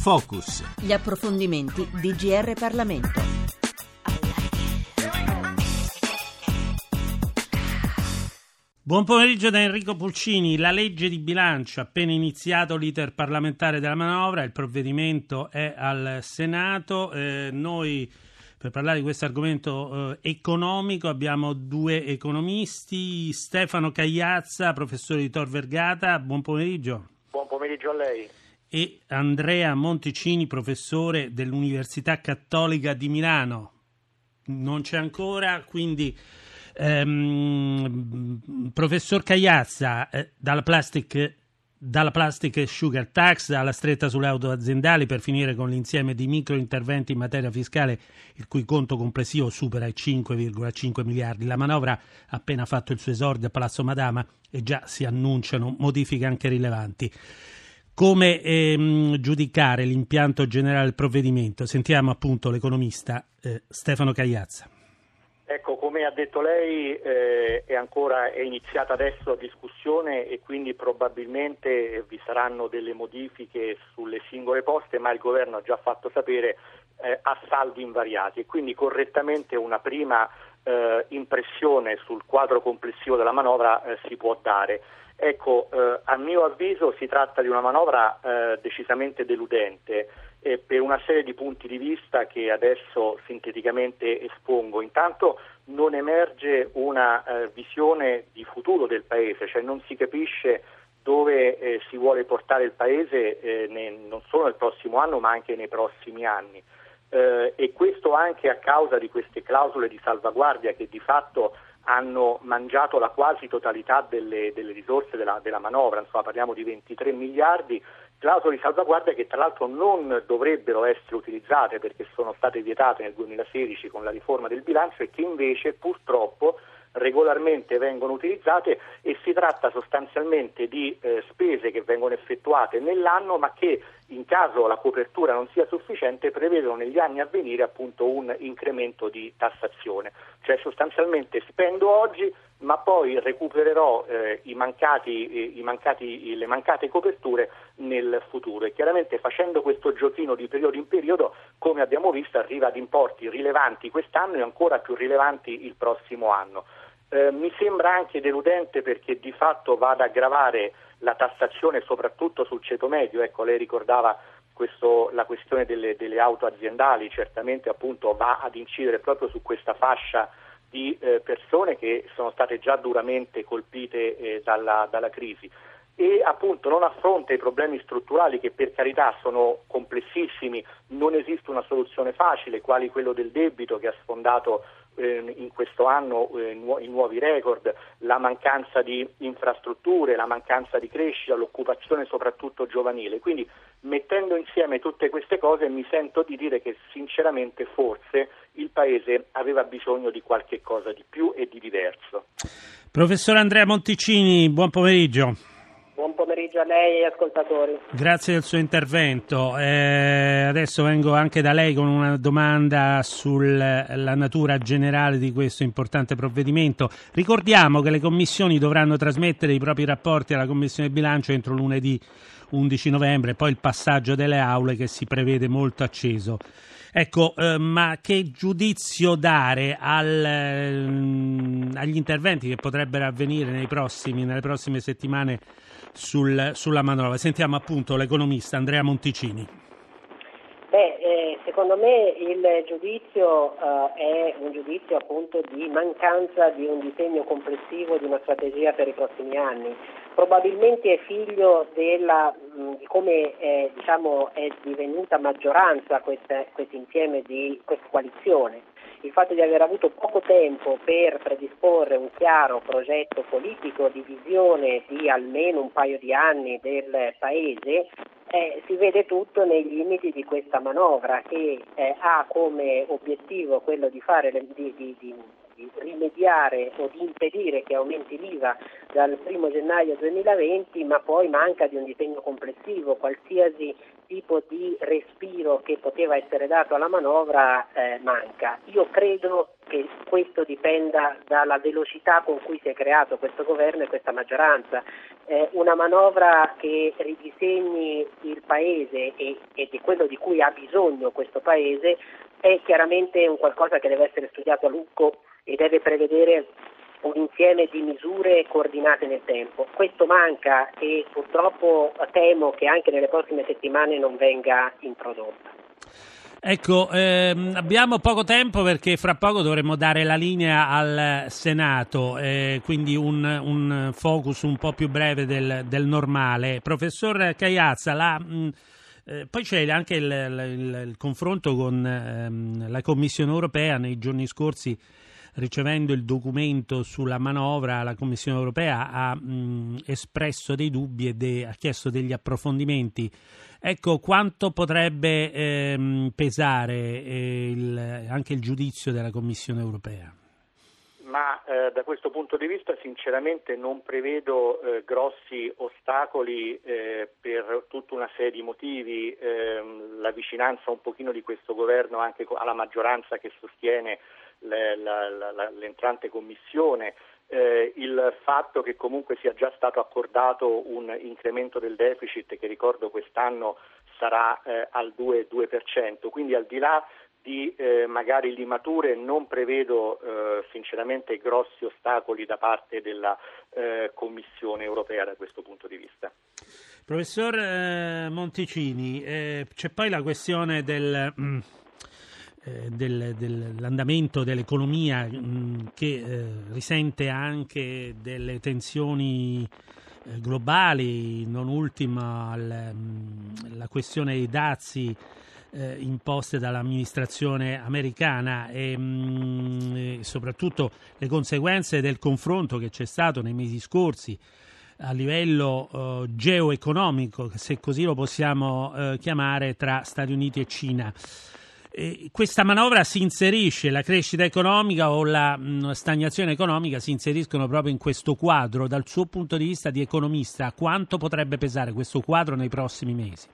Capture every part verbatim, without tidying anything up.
Focus. Gli approfondimenti di G R Parlamento. Buon pomeriggio da Enrico Pulcini. La legge di bilancio ha appena iniziato l'iter parlamentare della manovra, il provvedimento è al Senato. Eh, noi per parlare di questo argomento eh, economico abbiamo due economisti, Stefano Cagliazza, professore di Tor Vergata. Buon pomeriggio. Buon pomeriggio a lei. E Andrea Monticini, professore dell'Università Cattolica di Milano. Non c'è ancora, quindi ehm, professor Cagliazza, eh, dalla plastic dalla plastic sugar tax alla stretta sulle auto aziendali, per finire con l'insieme di micro interventi in materia fiscale il cui conto complessivo supera i cinque virgola cinque miliardi. La manovra ha appena fatto il suo esordio a Palazzo Madama e già si annunciano modifiche anche rilevanti. Come ehm, giudicare l'impianto generale del provvedimento? Sentiamo appunto l'economista eh, Stefano Cagliazza. Ecco, come ha detto lei, eh, è ancora è iniziata adesso la discussione e quindi probabilmente vi saranno delle modifiche sulle singole poste, ma il governo ha già fatto sapere eh, a saldi invariati e quindi correttamente una prima eh, impressione sul quadro complessivo della manovra eh, si può dare. Ecco, eh, a mio avviso si tratta di una manovra eh, decisamente deludente eh, per una serie di punti di vista che adesso sinteticamente espongo. Intanto non emerge una eh, visione di futuro del Paese, cioè non si capisce dove eh, si vuole portare il Paese eh, ne, non solo nel prossimo anno ma anche nei prossimi anni. Eh, e questo anche a causa di queste clausole di salvaguardia che di fatto hanno mangiato la quasi totalità delle, delle risorse della, della manovra, insomma parliamo di ventitré miliardi, clausole di salvaguardia che tra l'altro non dovrebbero essere utilizzate perché sono state vietate nel duemilasedici con la riforma del bilancio e che invece purtroppo regolarmente vengono utilizzate, e si tratta sostanzialmente di eh, spese che vengono effettuate nell'anno ma che in caso la copertura non sia sufficiente prevedono negli anni a venire appunto un incremento di tassazione, cioè sostanzialmente spendo oggi ma poi recupererò eh, i mancati, eh, i mancati, le mancate coperture nel futuro, e chiaramente facendo questo giochino di periodo in periodo, come abbiamo visto, arriva ad importi rilevanti quest'anno e ancora più rilevanti il prossimo anno. Eh, mi sembra anche deludente perché di fatto va ad aggravare la tassazione soprattutto sul ceto medio. Ecco, lei ricordava questo, la questione delle, delle auto aziendali, certamente appunto va ad incidere proprio su questa fascia di eh, persone che sono state già duramente colpite eh, dalla, dalla crisi, e appunto non affronta i problemi strutturali che per carità sono complessissimi, non esiste una soluzione facile, quali quello del debito che ha sfondato eh, in questo anno eh, nu- i nuovi record, la mancanza di infrastrutture, la mancanza di crescita, l'occupazione soprattutto giovanile. Quindi mettendo insieme tutte queste cose mi sento di dire che sinceramente forse il Paese aveva bisogno di qualche cosa di più e di diverso. Professor Andrea Monticini, buon pomeriggio. Buon pomeriggio a lei e ascoltatori. Grazie del suo intervento. Eh, adesso vengo anche da lei con una domanda sulla natura generale di questo importante provvedimento. Ricordiamo che le commissioni dovranno trasmettere i propri rapporti alla Commissione Bilancio entro lunedì undici novembre, poi il passaggio delle aule che si prevede molto acceso. Ecco, eh, ma che giudizio dare al, eh, agli interventi che potrebbero avvenire nei prossimi, nelle prossime settimane sul, sulla manovra? Sentiamo appunto l'economista Andrea Monticini. Beh, eh, secondo me il giudizio eh, è un giudizio appunto di mancanza di un disegno complessivo, di una strategia per i prossimi anni. Probabilmente è figlio della, mh, di come eh, diciamo è divenuta maggioranza questo insieme di questa coalizione. Il fatto di aver avuto poco tempo per predisporre un chiaro progetto politico di visione di almeno un paio di anni del Paese eh, si vede tutto nei limiti di questa manovra che eh, ha come obiettivo quello di fare le, di, di, di di rimediare o di impedire che aumenti l'I V A dal primo gennaio duemilaventi, ma poi manca di un disegno complessivo. Qualsiasi tipo di respiro che poteva essere dato alla manovra eh, manca. Io credo che questo dipenda dalla velocità con cui si è creato questo governo e questa maggioranza. Eh, una manovra che ridisegni il Paese e, e di quello di cui ha bisogno questo Paese è chiaramente un qualcosa che deve essere studiato a lungo e deve prevedere un insieme di misure coordinate nel tempo. Questo manca e purtroppo temo che anche nelle prossime settimane non venga introdotto. Ecco, ehm, abbiamo poco tempo perché fra poco dovremo dare la linea al Senato, eh, quindi un, un focus un po' più breve del, del normale. Professor Caiazza, la, mh, eh, poi c'è anche il, il, il confronto con ehm, la Commissione europea. Nei giorni scorsi, ricevendo il documento sulla manovra, la Commissione europea ha mh, espresso dei dubbi e de- ha chiesto degli approfondimenti. Ecco, quanto potrebbe ehm, pesare eh, il, anche il giudizio della Commissione europea? Ma eh, da questo punto di vista sinceramente non prevedo eh, grossi ostacoli eh, per tutta una serie di motivi, eh, la vicinanza un pochino di questo governo anche alla maggioranza che sostiene le, la, la, la, l'entrante commissione, eh, il fatto che comunque sia già stato accordato un incremento del deficit che ricordo quest'anno sarà eh, al due per cento, quindi al di là di eh, magari limature non prevedo eh, sinceramente grossi ostacoli da parte della eh, Commissione europea da questo punto di vista. Professor eh, Monticini, eh, c'è poi la questione del, mm, eh, del, dell'andamento dell'economia mh, che eh, risente anche delle tensioni eh, globali, non ultima l, mh, la questione dei dazi Eh, imposte dall'amministrazione americana e, mh, e soprattutto le conseguenze del confronto che c'è stato nei mesi scorsi a livello eh, geoeconomico, se così lo possiamo eh, chiamare, tra Stati Uniti e Cina. E questa manovra si inserisce, la crescita economica o la mh, stagnazione economica si inseriscono proprio in questo quadro. Dal suo punto di vista di economista, quanto potrebbe pesare questo quadro nei prossimi mesi?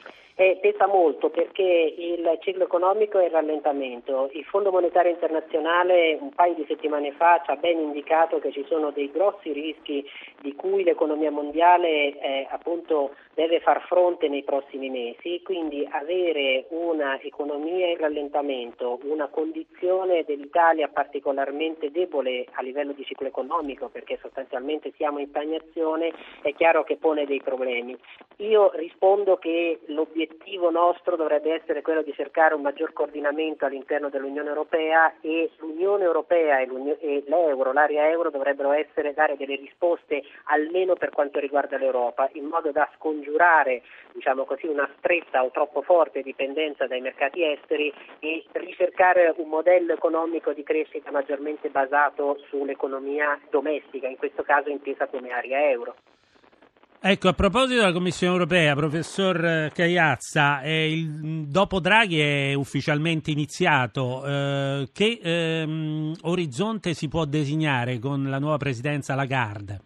Eh, pesa molto perché il ciclo economico è in rallentamento. Il Fondo Monetario Internazionale un paio di settimane fa ci ha ben indicato che ci sono dei grossi rischi di cui l'economia mondiale eh, appunto deve far fronte nei prossimi mesi, quindi avere una economia in rallentamento, una condizione dell'Italia particolarmente debole a livello di ciclo economico perché sostanzialmente siamo in stagnazione, è chiaro che pone dei problemi. Io rispondo che l'obiettivo nostro dovrebbe essere quello di cercare un maggior coordinamento all'interno dell'Unione Europea e l'Unione Europea e, e l'euro, l'area euro dovrebbero essere dare delle risposte almeno per quanto riguarda l'Europa, in modo da scongiurare, diciamo così, una stretta o troppo forte dipendenza dai mercati esteri e ricercare un modello economico di crescita maggiormente basato sull'economia domestica, in questo caso intesa come area euro. Ecco, a proposito della Commissione europea, professor Caiazza, eh, il, dopo Draghi è ufficialmente iniziato. Eh, che ehm, orizzonte si può designare con la nuova presidenza Lagarde?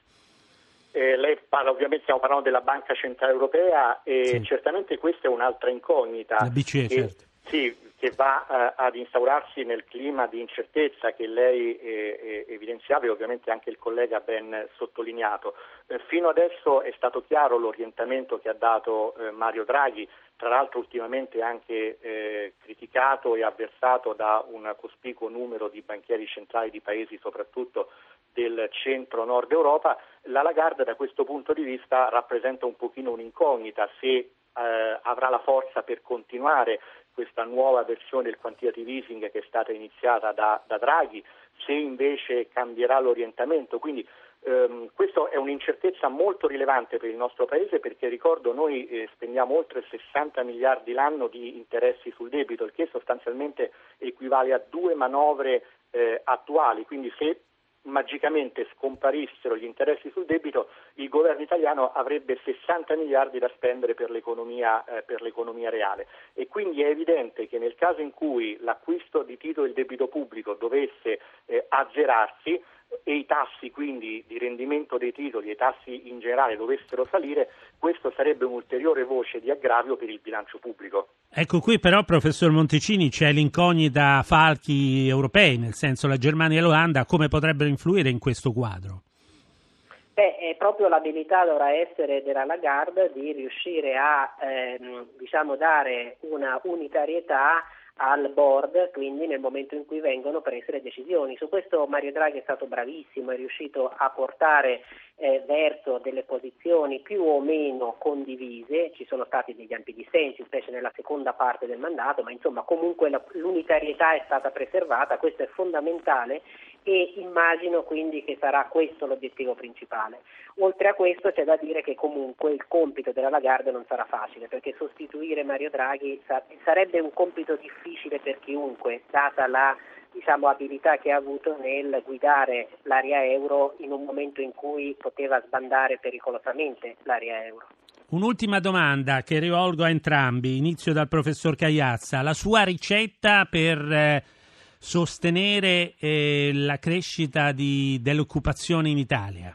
Eh, lei parla, ovviamente stiamo parlando della Banca Centrale Europea e sì. Certamente questa è un'altra incognita. La B C E, che, certo. Sì, che va eh, ad instaurarsi nel clima di incertezza che lei eh, eh, evidenziava e ovviamente anche il collega ha ben sottolineato. Eh, fino adesso è stato chiaro l'orientamento che ha dato eh, Mario Draghi, tra l'altro ultimamente anche eh, criticato e avversato da un cospicuo numero di banchieri centrali di paesi soprattutto del centro-nord Europa. La Lagarde da questo punto di vista rappresenta un pochino un'incognita se eh, avrà la forza per continuare questa nuova versione del quantitative easing che è stata iniziata da, da Draghi, se invece cambierà l'orientamento. Quindi ehm, questa è un'incertezza molto rilevante per il nostro Paese perché ricordo noi eh, spendiamo oltre sessanta miliardi l'anno di interessi sul debito, il che sostanzialmente equivale a due manovre eh, attuali, quindi se magicamente scomparissero gli interessi sul debito, il governo italiano avrebbe sessanta miliardi da spendere per l'economia, eh, per l'economia reale, e quindi è evidente che nel caso in cui l'acquisto di titoli del debito pubblico dovesse eh, azzerarsi e i tassi quindi di rendimento dei titoli e i tassi in generale dovessero salire, questo sarebbe un'ulteriore voce di aggravio per il bilancio pubblico. Ecco, qui però, professor Monticini, c'è l'incognita falchi europei, nel senso la Germania e l'Olanda, come potrebbero influire in questo quadro? Beh, è proprio l'abilità dovrà essere della Lagarde di riuscire a ehm, diciamo dare una unitarietà al board, quindi nel momento in cui vengono prese le decisioni. Su questo Mario Draghi è stato bravissimo, è riuscito a portare eh, verso delle posizioni più o meno condivise, ci sono stati degli ampi dissensi, specie nella seconda parte del mandato, ma insomma comunque la, l'unitarietà è stata preservata, questo è fondamentale e immagino quindi che sarà questo l'obiettivo principale. Oltre a questo c'è da dire che comunque il compito della Lagarde non sarà facile, perché sostituire Mario Draghi sa- sarebbe un compito difficile per chiunque, data la diciamo abilità che ha avuto nel guidare l'area euro in un momento in cui poteva sbandare pericolosamente l'area euro. Un'ultima domanda che rivolgo a entrambi, inizio dal professor Cagliazza. La sua ricetta per eh, sostenere eh, la crescita di, dell'occupazione in Italia?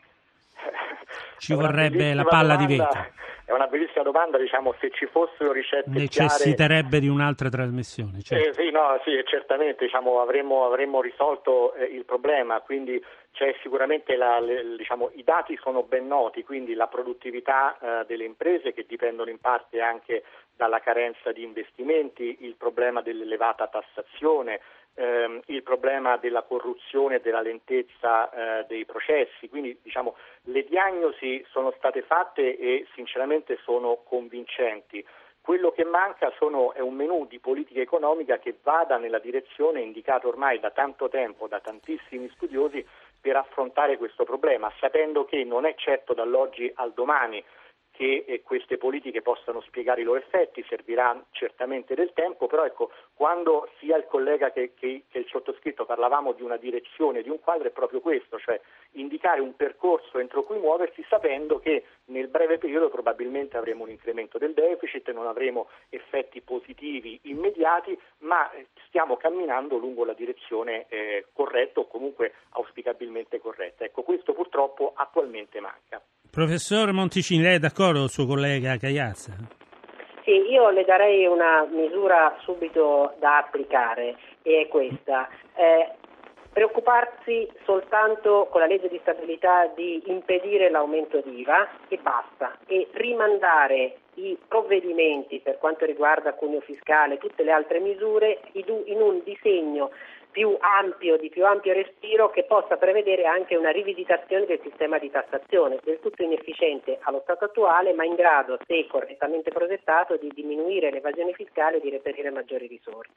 Ci vorrebbe la palla domanda, di vetro. È una bellissima domanda, diciamo, se ci fossero ricette necessiterebbe chiare, di un'altra trasmissione. Certo. Eh, sì, no, sì, certamente, diciamo, avremmo, avremmo risolto eh, il problema, quindi c'è sicuramente la, le, diciamo, i dati sono ben noti, quindi la produttività eh, delle imprese che dipendono in parte anche dalla carenza di investimenti, il problema dell'elevata tassazione, ehm, il problema della corruzione e della lentezza eh, dei processi, quindi diciamo le diagnosi sono state fatte e sinceramente sono convincenti. Quello che manca sono, è un menù di politica economica che vada nella direzione indicata ormai da tanto tempo da tantissimi studiosi per affrontare questo problema, sapendo che non è certo dall'oggi al domani che eh, queste politiche possano spiegare i loro effetti, servirà certamente del tempo, però ecco, quando sia il collega che, che, che il sottoscritto parlavamo di una direzione, di un quadro, è proprio questo, cioè indicare un percorso entro cui muoversi sapendo che nel breve periodo probabilmente avremo un incremento del deficit, non avremo effetti positivi immediati, ma stiamo camminando lungo la direzione eh, corretta o comunque auspicabilmente corretta. Ecco, questo purtroppo attualmente manca. Professor Monticini, lei è d'accordo con il suo collega Cagliazza? Sì, io le darei una misura subito da applicare e è questa. Eh, preoccuparsi soltanto con la legge di stabilità di impedire l'aumento di I V A e basta, e rimandare i provvedimenti per quanto riguarda cuneo fiscale e tutte le altre misure in un disegno più ampio, di più ampio respiro, che possa prevedere anche una rivisitazione del sistema di tassazione, del tutto inefficiente allo stato attuale, ma in grado, se correttamente progettato, di diminuire l'evasione fiscale e di reperire maggiori risorse.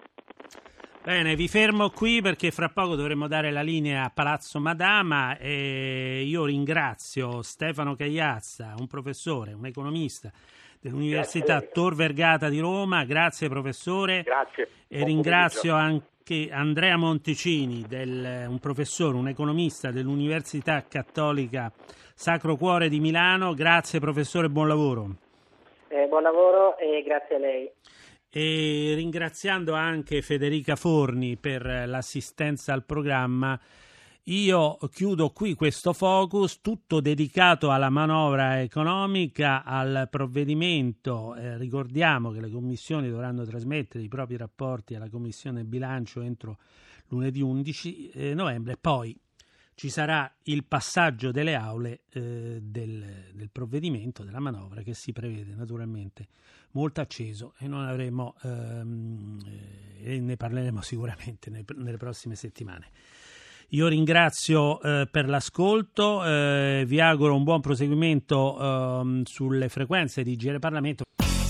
Bene, vi fermo qui perché fra poco dovremo dare la linea a Palazzo Madama e io ringrazio Stefano Cagliazza, un professore, un economista dell'Università Tor Vergata di Roma. Grazie professore. Grazie. E Buon ringrazio pomeriggio. anche Andrea Monticini, del, un professore, un economista dell'Università Cattolica Sacro Cuore di Milano. Grazie professore, buon lavoro. Eh, buon lavoro e grazie a lei. E ringraziando anche Federica Forni per l'assistenza al programma, io chiudo qui questo focus tutto dedicato alla manovra economica, al provvedimento. Eh, ricordiamo che le commissioni dovranno trasmettere i propri rapporti alla Commissione Bilancio entro lunedì undici novembre, poi ci sarà il passaggio delle aule eh, del, del provvedimento, della manovra, che si prevede naturalmente molto acceso e non avremo ehm, eh, e ne parleremo sicuramente nei, nelle prossime settimane. Io ringrazio eh, per l'ascolto, eh, vi auguro un buon proseguimento eh, sulle frequenze di G R Parlamento.